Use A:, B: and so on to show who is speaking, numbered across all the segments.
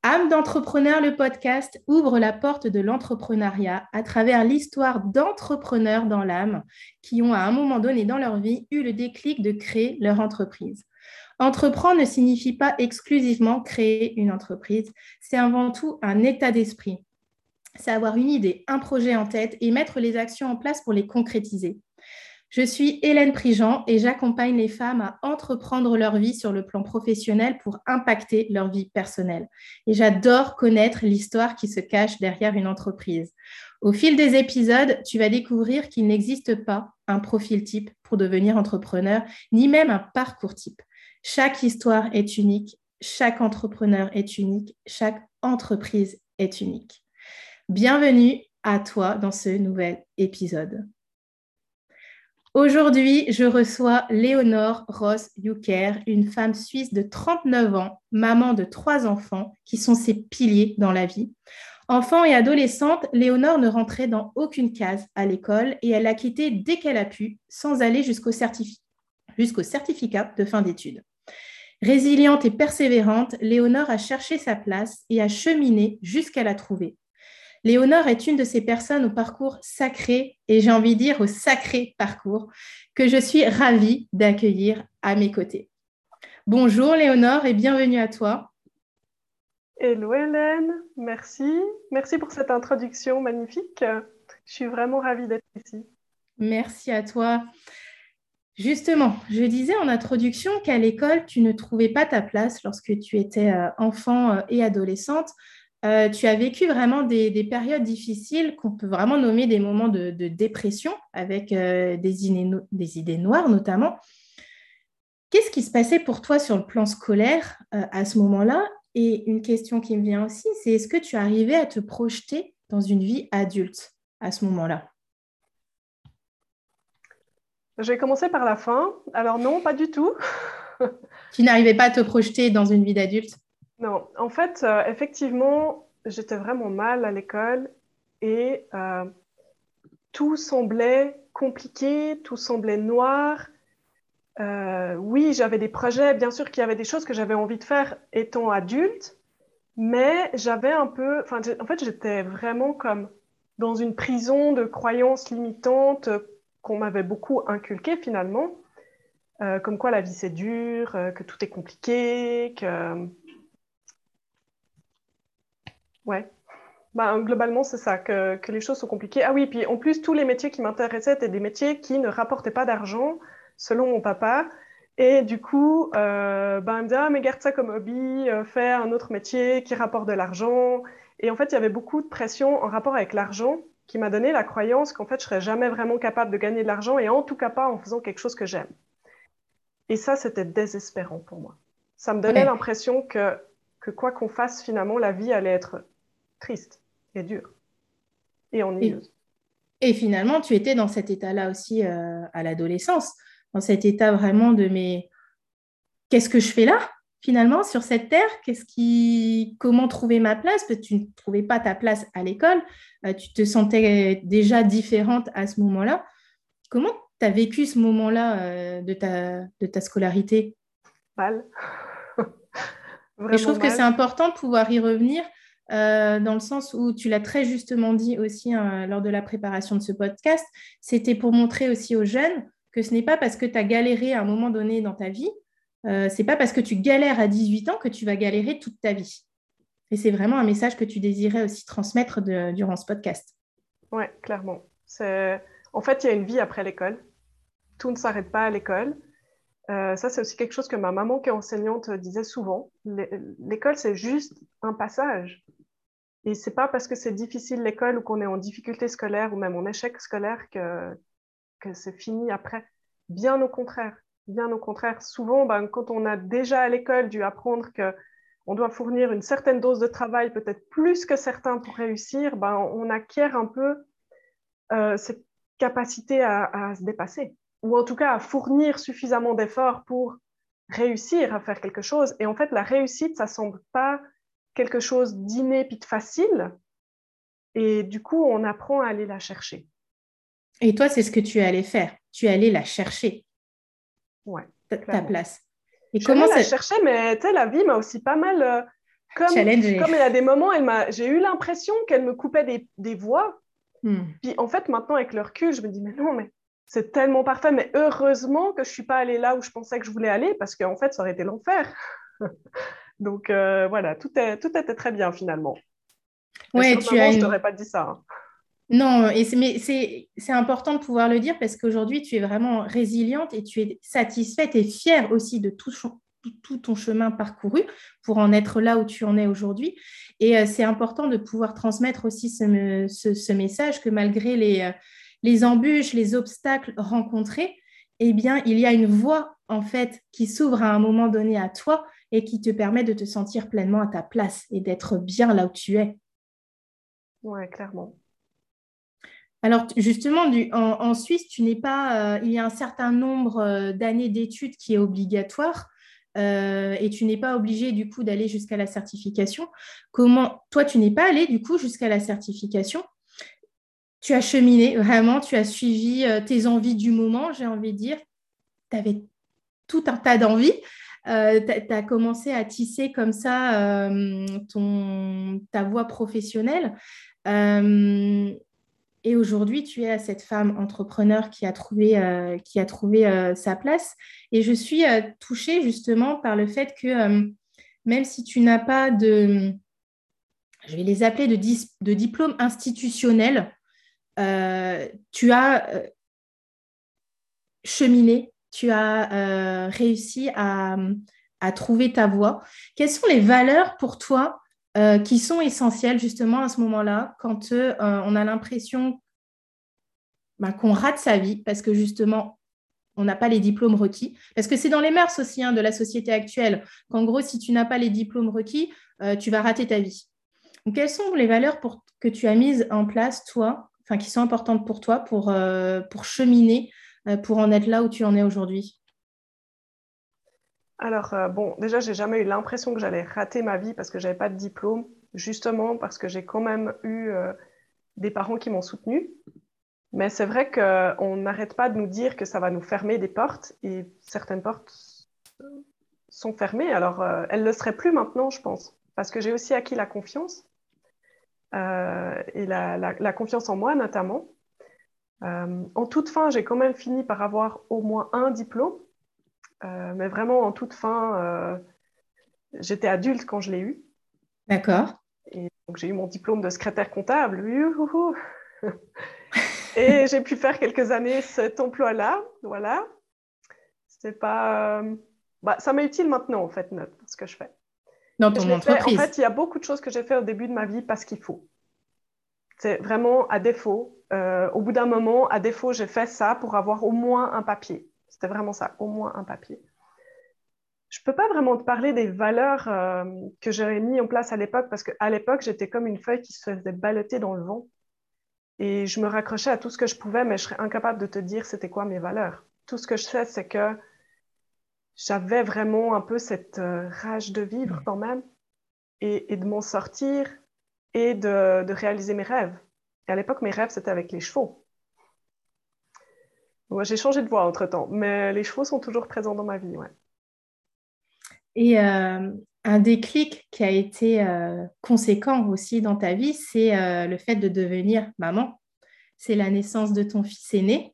A: Âme d'entrepreneur, le podcast ouvre la porte de l'entrepreneuriat à travers l'histoire d'entrepreneurs dans l'âme qui ont à un moment donné dans leur vie eu le déclic de créer leur entreprise. Entreprendre ne signifie pas exclusivement créer une entreprise, c'est avant tout un état d'esprit. C'est avoir une idée, un projet en tête et mettre les actions en place pour les concrétiser. Je suis Hélène Prigent et j'accompagne les femmes à entreprendre leur vie sur le plan professionnel pour impacter leur vie personnelle. Et j'adore connaître l'histoire qui se cache derrière une entreprise. Au fil des épisodes, tu vas découvrir qu'il n'existe pas un profil type pour devenir entrepreneur, ni même un parcours type. Chaque histoire est unique, chaque entrepreneur est unique, chaque entreprise est unique. Bienvenue à toi dans ce nouvel épisode. Aujourd'hui, je reçois Léonore Ross-Yucker, une femme suisse de 39 ans, maman de 3 enfants, qui sont ses piliers dans la vie. Enfant et adolescente, Léonore ne rentrait dans aucune case à l'école et elle l'a quittée dès qu'elle a pu, sans aller jusqu'au certificat de fin d'études. Résiliente et persévérante, Léonore a cherché sa place et a cheminé jusqu'à la trouver. Léonore est une de ces personnes au parcours sacré, et j'ai envie de dire au sacré parcours, que je suis ravie d'accueillir à mes côtés. Bonjour Léonore et bienvenue à toi.
B: Hello Hélène, merci. Merci pour cette introduction magnifique. Je suis vraiment ravie d'être ici.
A: Merci à toi. Justement, je disais en introduction qu'à l'école, tu ne trouvais pas ta place lorsque tu étais enfant et adolescente. Tu as vécu vraiment des périodes difficiles qu'on peut vraiment nommer des moments de dépression avec des idées noires notamment. Qu'est-ce qui se passait pour toi sur le plan scolaire à ce moment-là? Et une question qui me vient aussi, c'est est-ce que tu arrivais à te projeter dans une vie adulte à ce moment-là?
B: Je vais commencer par la fin. Alors non, pas du tout.
A: Tu n'arrivais pas à te projeter dans une vie d'adulte?
B: Non, en fait, effectivement, j'étais vraiment mal à l'école et tout semblait compliqué, tout semblait noir. Oui, j'avais des projets, bien sûr qu'il y avait des choses que j'avais envie de faire étant adulte, mais j'avais un peu, en fait, j'étais vraiment comme dans une prison de croyances limitantes qu'on m'avait beaucoup inculquées finalement, comme quoi la vie c'est dur, que tout est compliqué, que ouais, globalement c'est ça, que les choses sont compliquées. Ah oui, puis en plus tous les métiers qui m'intéressaient étaient des métiers qui ne rapportaient pas d'argent, selon mon papa. Et du coup, il me disait, ah, mais garde ça comme hobby, fais un autre métier qui rapporte de l'argent. Et en fait, il y avait beaucoup de pression en rapport avec l'argent qui m'a donné la croyance qu'en fait, je serais jamais vraiment capable de gagner de l'argent et en tout cas pas en faisant quelque chose que j'aime. Et ça, c'était désespérant pour moi. Ça me donnait
A: Ouais.
B: l'impression que quoi qu'on fasse, finalement, la vie allait être triste et dure et
A: Et,
B: ennuyeuse.
A: et finalement, tu étais dans cet état-là aussi à l'adolescence, dans cet état vraiment de mais qu'est-ce que je fais là finalement sur cette terre? Comment trouver ma place? Parce que tu ne trouvais pas ta place à l'école, tu te sentais déjà différente à ce moment-là. Comment tu as vécu ce moment-là de ta scolarité?
B: Mal,
A: Et je
B: vraiment
A: trouve que c'est
B: mal.
A: important de pouvoir y revenir dans le sens où tu l'as très justement dit aussi lors de la préparation de ce podcast, c'était pour montrer aussi aux jeunes que ce n'est pas parce que tu as galéré à un moment donné dans ta vie, c'est pas parce que tu galères à 18 ans que tu vas galérer toute ta vie. Et c'est vraiment un message que tu désirais aussi transmettre durant ce podcast.
B: Ouais, clairement. En fait, il y a une vie après l'école. Tout ne s'arrête pas à l'école. Ça, c'est aussi quelque chose que ma maman, qui est enseignante, disait souvent. L'école, c'est juste un passage. Et c'est pas parce que c'est difficile l'école ou qu'on est en difficulté scolaire ou même en échec scolaire que c'est fini après. Bien au contraire. Bien au contraire. Souvent, quand on a déjà à l'école dû apprendre que on doit fournir une certaine dose de travail, peut-être plus que certains pour réussir, on acquiert un peu cette capacité à se dépasser, ou en tout cas à fournir suffisamment d'efforts pour réussir à faire quelque chose. Et en fait, la réussite, ça semble pas quelque chose d'inné puis de facile, et du coup, on apprend à aller la chercher.
A: Et toi, c'est ce que tu es allé faire. Tu es allé la chercher,
B: Ouais,
A: ta
B: clairement.
A: place. Et
B: Je suis allée
A: comment
B: la
A: ça...
B: chercher, mais tu sais, la vie m'a aussi pas mal
A: Challenger.
B: Comme il y a des moments, j'ai eu l'impression qu'elle me coupait des voix. Puis en fait, maintenant, avec le recul, je me dis, mais non, mais c'est tellement parfait. Mais heureusement que je ne suis pas allée là où je pensais que je voulais aller, parce qu'en fait, ça aurait été l'enfer. Donc voilà, tout était très bien finalement. Mais
A: Ouais,
B: sur le
A: tu as
B: moment, je ne
A: une...
B: t'aurais pas dit ça. Hein.
A: Non, mais c'est important de pouvoir le dire parce qu'aujourd'hui, tu es vraiment résiliente et tu es satisfaite et fière aussi de tout ton chemin parcouru pour en être là où tu en es aujourd'hui. Et c'est important de pouvoir transmettre aussi ce message que malgré les embûches, les obstacles rencontrés, eh bien, il y a une voie en fait qui s'ouvre à un moment donné à toi et qui te permet de te sentir pleinement à ta place et d'être bien là où tu es.
B: Ouais, clairement.
A: Alors, justement, en Suisse, tu n'es pas, il y a un certain nombre d'années d'études qui est obligatoire et tu n'es pas obligé, du coup, d'aller jusqu'à la certification. Comment, toi, tu n'es pas allé, du coup, jusqu'à la certification. Tu as cheminé, vraiment, tu as suivi tes envies du moment, j'ai envie de dire. Tu avais tout un tas d'envies. Tu as commencé à tisser comme ça ta voie professionnelle. Euh, et aujourd'hui, tu es cette femme entrepreneur qui a trouvé sa place. Et je suis touchée justement par le fait que même si tu n'as pas je vais les appeler de diplôme institutionnel, tu as cheminé, tu as réussi à trouver ta voie. Quelles sont les valeurs pour toi qui sont essentielles justement à ce moment-là, quand on a l'impression qu'on rate sa vie parce que justement, on n'a pas les diplômes requis. Parce que c'est dans les mœurs aussi de la société actuelle qu'en gros, si tu n'as pas les diplômes requis, tu vas rater ta vie. Donc, quelles sont les valeurs que tu as mises en place, toi, enfin, qui sont importantes pour toi pour cheminer, pour en être là où tu en es aujourd'hui?
B: Alors, bon, déjà, j'ai jamais eu l'impression que j'allais rater ma vie parce que j'avais pas de diplôme, justement parce que j'ai quand même eu des parents qui m'ont soutenue. Mais c'est vrai qu'on n'arrête pas de nous dire que ça va nous fermer des portes et certaines portes sont fermées. Alors, elles ne le seraient plus maintenant, je pense, parce que j'ai aussi acquis la confiance et la confiance en moi notamment. En toute fin, j'ai quand même fini par avoir au moins un diplôme, mais vraiment en toute fin, j'étais adulte quand je l'ai eu.
A: D'accord.
B: Et donc, j'ai eu mon diplôme de secrétaire comptable. Youhou. Et j'ai pu faire quelques années cet emploi-là. Voilà. C'était pas. Bah, ça m'est utile maintenant, en fait, ce que je fais.
A: Dans
B: Et je
A: ton
B: l'ai fait. En
A: entreprise.
B: fait, il y a beaucoup de choses que j'ai fait au début de ma vie parce qu'il faut. C'est vraiment à défaut. Au bout d'un moment, à défaut, j'ai fait ça pour avoir au moins un papier. C'était vraiment ça, au moins un papier. Je peux pas vraiment te parler des valeurs que j'avais mis en place à l'époque parce qu'à l'époque, j'étais comme une feuille qui se faisait balloter dans le vent. Et je me raccrochais à tout ce que je pouvais, mais je serais incapable de te dire c'était quoi mes valeurs. Tout ce que je sais, c'est que j'avais vraiment un peu cette rage de vivre quand même et de m'en sortir et de réaliser mes rêves. Et à l'époque, mes rêves, c'était avec les chevaux. Moi, j'ai changé de voie entre-temps, mais les chevaux sont toujours présents dans ma vie. Ouais.
A: Et un déclic qui a été conséquent aussi dans ta vie, c'est le fait de devenir maman. C'est la naissance de ton fils aîné,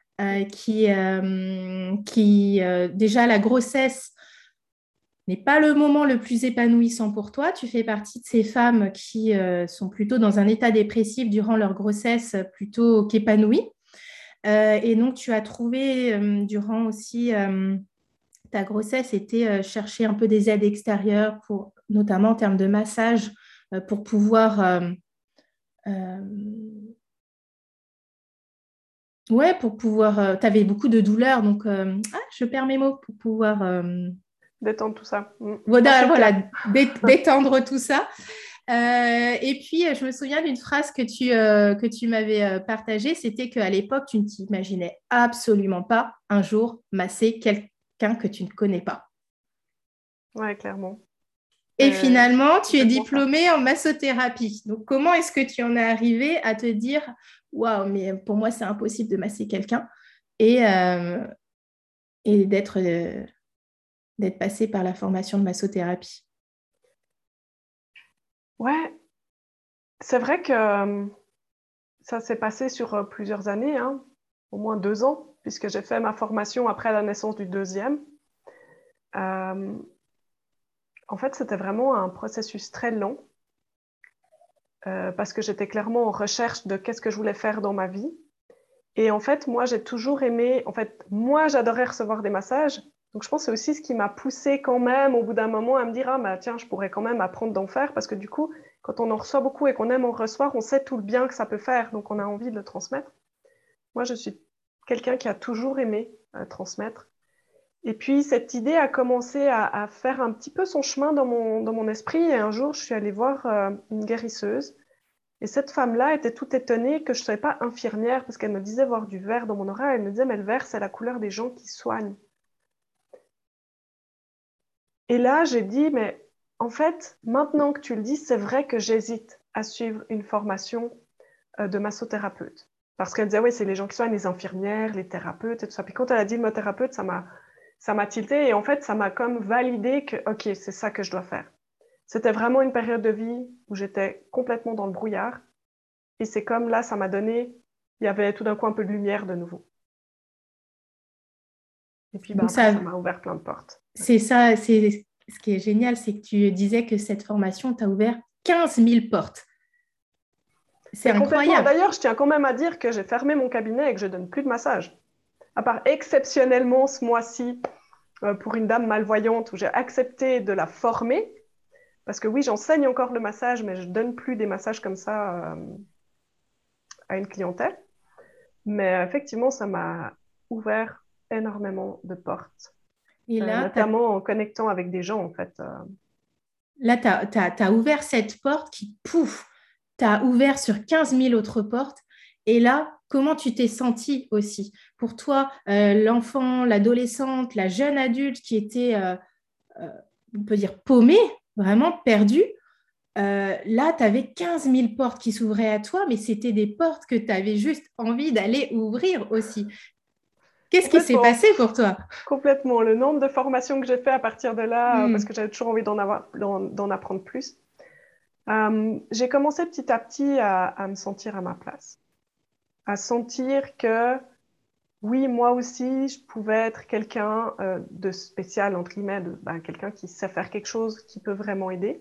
A: déjà la grossesse n'est pas le moment le plus épanouissant pour toi. Tu fais partie de ces femmes qui sont plutôt dans un état dépressif durant leur grossesse plutôt qu'épanouies. Et donc, tu as trouvé durant aussi ta grossesse, était chercher un peu des aides extérieures, notamment en termes de massage, pour pouvoir euh, ouais, pour pouvoir. Tu avais beaucoup de douleurs, donc je perds mes mots pour pouvoir
B: Détendre tout ça. Ah,
A: voilà,
B: c'est le
A: voilà,
B: cas.
A: détendre tout ça. Et puis, je me souviens d'une phrase que tu m'avais partagée, c'était qu'à l'époque, tu ne t'imaginais absolument pas un jour masser quelqu'un que tu ne connais pas.
B: Ouais, clairement.
A: Et
B: C'est
A: finalement, tu es
B: complètement ça.
A: diplômée en massothérapie. Donc, comment est-ce que tu en es arrivé à te dire, waouh, mais pour moi, c'est impossible de masser quelqu'un et d'être passé par la formation de massothérapie?
B: Ouais, c'est vrai que ça s'est passé sur plusieurs années, hein, au moins 2 ans, puisque j'ai fait ma formation après la naissance du deuxième. Euh, En fait, c'était vraiment un processus très long parce que j'étais clairement en recherche de qu'est-ce que je voulais faire dans ma vie. Et en fait, moi, j'ai toujours aimé, en fait, moi, j'adorais recevoir des massages. Donc, je pense que c'est aussi ce qui m'a poussée quand même, au bout d'un moment, à me dire, ah, bah, tiens, je pourrais quand même apprendre d'en faire parce que du coup, quand on en reçoit beaucoup et qu'on aime en recevoir, on sait tout le bien que ça peut faire. Donc, on a envie de le transmettre. Moi, je suis quelqu'un qui a toujours aimé transmettre. Et puis, cette idée a commencé à faire un petit peu son chemin dans mon esprit. Et un jour, je suis allée voir une guérisseuse. Et cette femme-là était toute étonnée que je ne sois pas infirmière parce qu'elle me disait voir du vert dans mon aura. Elle me disait, mais le vert, c'est la couleur des gens qui soignent. Et là, j'ai dit, mais en fait, maintenant que tu le dis, c'est vrai que j'hésite à suivre une formation de massothérapeute. Parce qu'elle disait, oui, c'est les gens qui soignent, les infirmières, les thérapeutes et tout ça. Puis quand elle a dit le mot thérapeute, ça m'a tilté et en fait, ça m'a comme validé que, OK, c'est ça que je dois faire. C'était vraiment une période de vie où j'étais complètement dans le brouillard. Et c'est comme là, ça m'a donné, il y avait tout d'un coup un peu de lumière de nouveau. Et puis bah,
A: Donc
B: après,
A: ça,
B: ça m'a ouvert plein de portes. Ouais.
A: c'est ça, c'est ce qui est génial, c'est que tu disais que cette formation t'a ouvert 15 000 portes. C'est
B: Mais complètement.
A: incroyable.
B: D'ailleurs, je tiens quand même à dire que j'ai fermé mon cabinet et que je donne plus de massage. À part exceptionnellement ce mois-ci, pour une dame malvoyante où j'ai accepté de la former. Parce que oui, j'enseigne encore le massage, mais je donne plus des massages comme ça à une clientèle. Mais effectivement, ça m'a ouvert énormément de portes,
A: Et
B: notamment en connectant avec des gens, en fait.
A: là, t'as ouvert cette porte qui, pouf, t'as ouvert sur 15 000 autres portes. Et là, comment tu t'es sentie aussi? Pour toi, l'enfant, l'adolescente, la jeune adulte qui était, on peut dire, paumée, vraiment perdue, là, tu avais 15 000 portes qui s'ouvraient à toi, mais c'était des portes que tu avais juste envie d'aller ouvrir aussi. Qu'est-ce qui s'est
B: Complètement,
A: passé pour toi?
B: complètement. Le nombre de formations que j'ai fait à partir de là, parce
A: Hmm.
B: que j'avais toujours envie d'en apprendre plus. J'ai commencé petit à petit à me sentir à ma place, à sentir que oui, moi aussi, je pouvais être quelqu'un de spécial, entre guillemets, ben, quelqu'un qui sait faire quelque chose qui peut vraiment aider.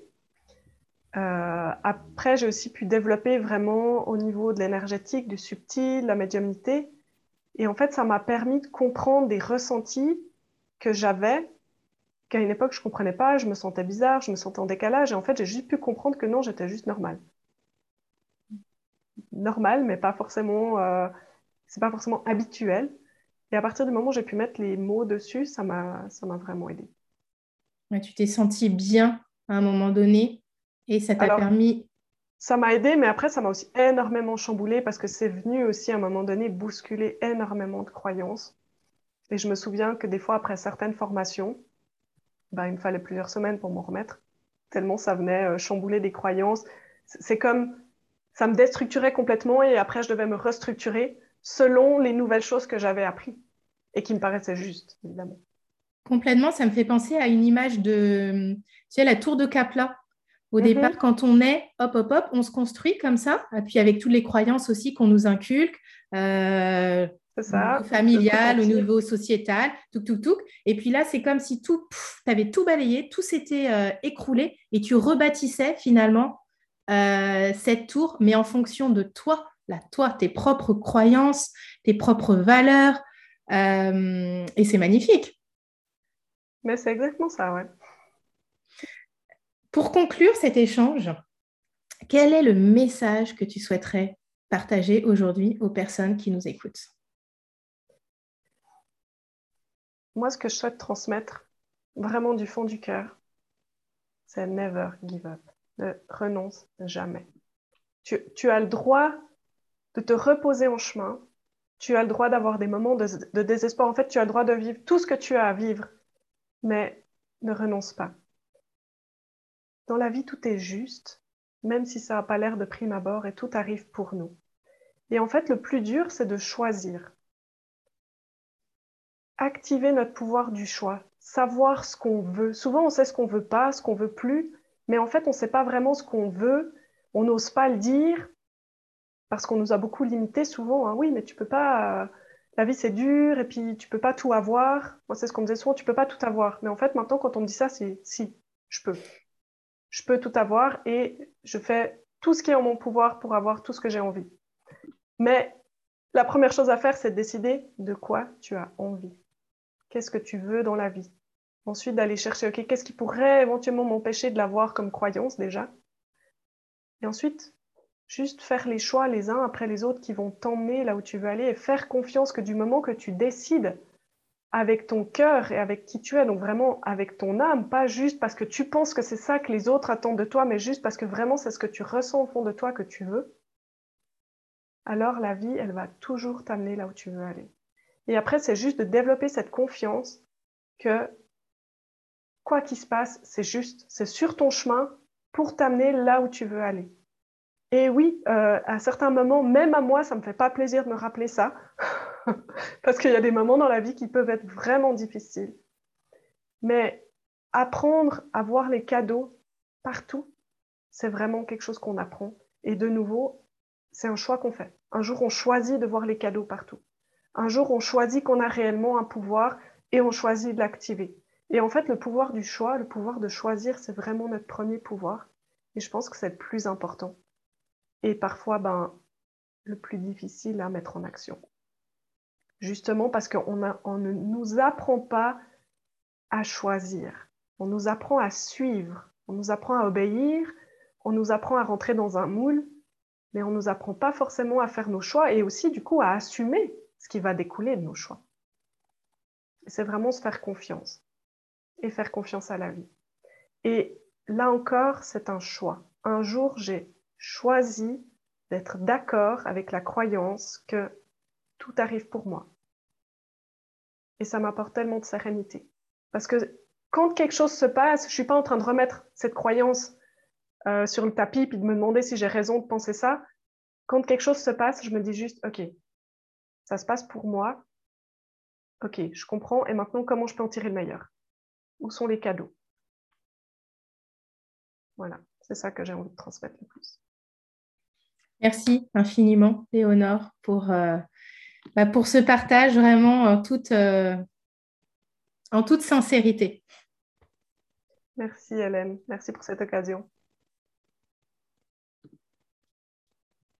B: Après, j'ai aussi pu développer vraiment au niveau de l'énergétique, du subtil, la médiumnité. Et en fait, ça m'a permis de comprendre des ressentis que j'avais, qu'à une époque, je ne comprenais pas. Je me sentais bizarre, je me sentais en décalage. Et en fait, j'ai juste pu comprendre que non, j'étais juste normale. Normale, mais pas forcément, c'est pas forcément habituel. Et à partir du moment où j'ai pu mettre les mots dessus, ça m'a vraiment aidé.
A: Ouais, tu t'es sentie bien à un moment donné et ça t'a
B: Alors,
A: permis.
B: ça m'a aidé, mais après, ça m'a aussi énormément chamboulé parce que c'est venu aussi à un moment donné bousculer énormément de croyances. Et je me souviens que des fois, après certaines formations, ben, il me fallait plusieurs semaines pour m'en remettre, tellement ça venait chambouler des croyances. C'est comme ça me déstructurait complètement et après, je devais me restructurer selon les nouvelles choses que j'avais apprises et qui me paraissaient justes, évidemment.
A: Complètement, ça me fait penser à une image de, tu sais, la tour de Capla. Au départ,
B: Mhm,
A: quand on est, hop, hop, hop, on se construit comme ça, et puis avec toutes les croyances aussi qu'on nous inculque,
B: c'est
A: au niveau
B: ça, de se
A: familial, au
B: sentir.
A: niveau sociétal, tout, tout, tout. Et puis là, c'est comme si tout, tu avais tout balayé, tout s'était écroulé, et tu rebâtissais finalement cette tour, mais en fonction de toi, là, toi, tes propres croyances, tes propres valeurs, et c'est magnifique.
B: Mais c'est exactement ça, ouais.
A: Pour conclure cet échange, quel est le message que tu souhaiterais partager aujourd'hui aux personnes qui nous écoutent?
B: Moi, ce que je souhaite transmettre, vraiment du fond du cœur, c'est never give up. Ne renonce jamais. Tu as le droit de te reposer en chemin. Tu as le droit d'avoir des moments de désespoir. En fait, tu as le droit de vivre tout ce que tu as à vivre, mais ne renonce pas. Dans la vie, tout est juste, même si ça n'a pas l'air de prime abord, et tout arrive pour nous. Et en fait, le plus dur, c'est de choisir. Activer notre pouvoir du choix. Savoir ce qu'on veut. Souvent, on sait ce qu'on veut pas, ce qu'on veut plus, mais en fait, on ne sait pas vraiment ce qu'on veut, on n'ose pas le dire parce qu'on nous a beaucoup limités souvent. Hein. Oui, mais tu peux pas. La vie, c'est dur et puis tu peux pas tout avoir. Moi, c'est ce qu'on me disait souvent, tu peux pas tout avoir. Mais en fait, maintenant, quand on me dit ça, c'est si, je peux. Je peux tout avoir et je fais tout ce qui est en mon pouvoir pour avoir tout ce que j'ai envie. Mais la première chose à faire, c'est de décider de quoi tu as envie. Qu'est-ce que tu veux dans la vie? Ensuite, d'aller chercher, OK, qu'est-ce qui pourrait éventuellement m'empêcher de l'avoir comme croyance déjà? Et ensuite, juste faire les choix les uns après les autres qui vont t'emmener là où tu veux aller et faire confiance que du moment que tu décides avec ton cœur et avec qui tu es, donc vraiment avec ton âme, pas juste parce que tu penses que c'est ça que les autres attendent de toi, mais juste parce que vraiment c'est ce que tu ressens au fond de toi que tu veux, alors la vie, elle va toujours t'amener là où tu veux aller. Et après, c'est juste de développer cette confiance que quoi qu'il se passe, c'est juste, c'est sur ton chemin pour t'amener là où tu veux aller. Et oui, à certains moments, même à moi, ça me fait pas plaisir de me rappeler ça, parce qu'il y a des moments dans la vie qui peuvent être vraiment difficiles. Mais apprendre à voir les cadeaux partout, c'est vraiment quelque chose qu'on apprend. Et de nouveau, c'est un choix qu'on fait. Un jour, on choisit de voir les cadeaux partout. Un jour, on choisit qu'on a réellement un pouvoir et on choisit de l'activer. Et en fait, le pouvoir du choix, le pouvoir de choisir, c'est vraiment notre premier pouvoir. Et je pense que c'est le plus important. Et parfois, le plus difficile à mettre en action. Justement parce qu'on ne nous apprend pas à choisir. On nous apprend à suivre. On nous apprend à obéir. On nous apprend à rentrer dans un moule. Mais on ne nous apprend pas forcément à faire nos choix et aussi, du coup, à assumer ce qui va découler de nos choix. C'est vraiment se faire confiance et faire confiance à la vie. Et là encore, c'est un choix. Un jour, j'ai choisi d'être d'accord avec la croyance que tout arrive pour moi. Et ça m'apporte tellement de sérénité. Parce que quand quelque chose se passe, je ne suis pas en train de remettre cette croyance sur le tapis puis de me demander si j'ai raison de penser ça. Quand quelque chose se passe, je me dis juste, OK, ça se passe pour moi. OK, je comprends. Et maintenant, comment je peux en tirer le meilleur? Où sont les cadeaux? Voilà, c'est ça que j'ai envie de transmettre le plus.
A: Merci infiniment, Léonore, pour ce partage vraiment en toute sincérité.
B: Merci Hélène, merci pour cette occasion.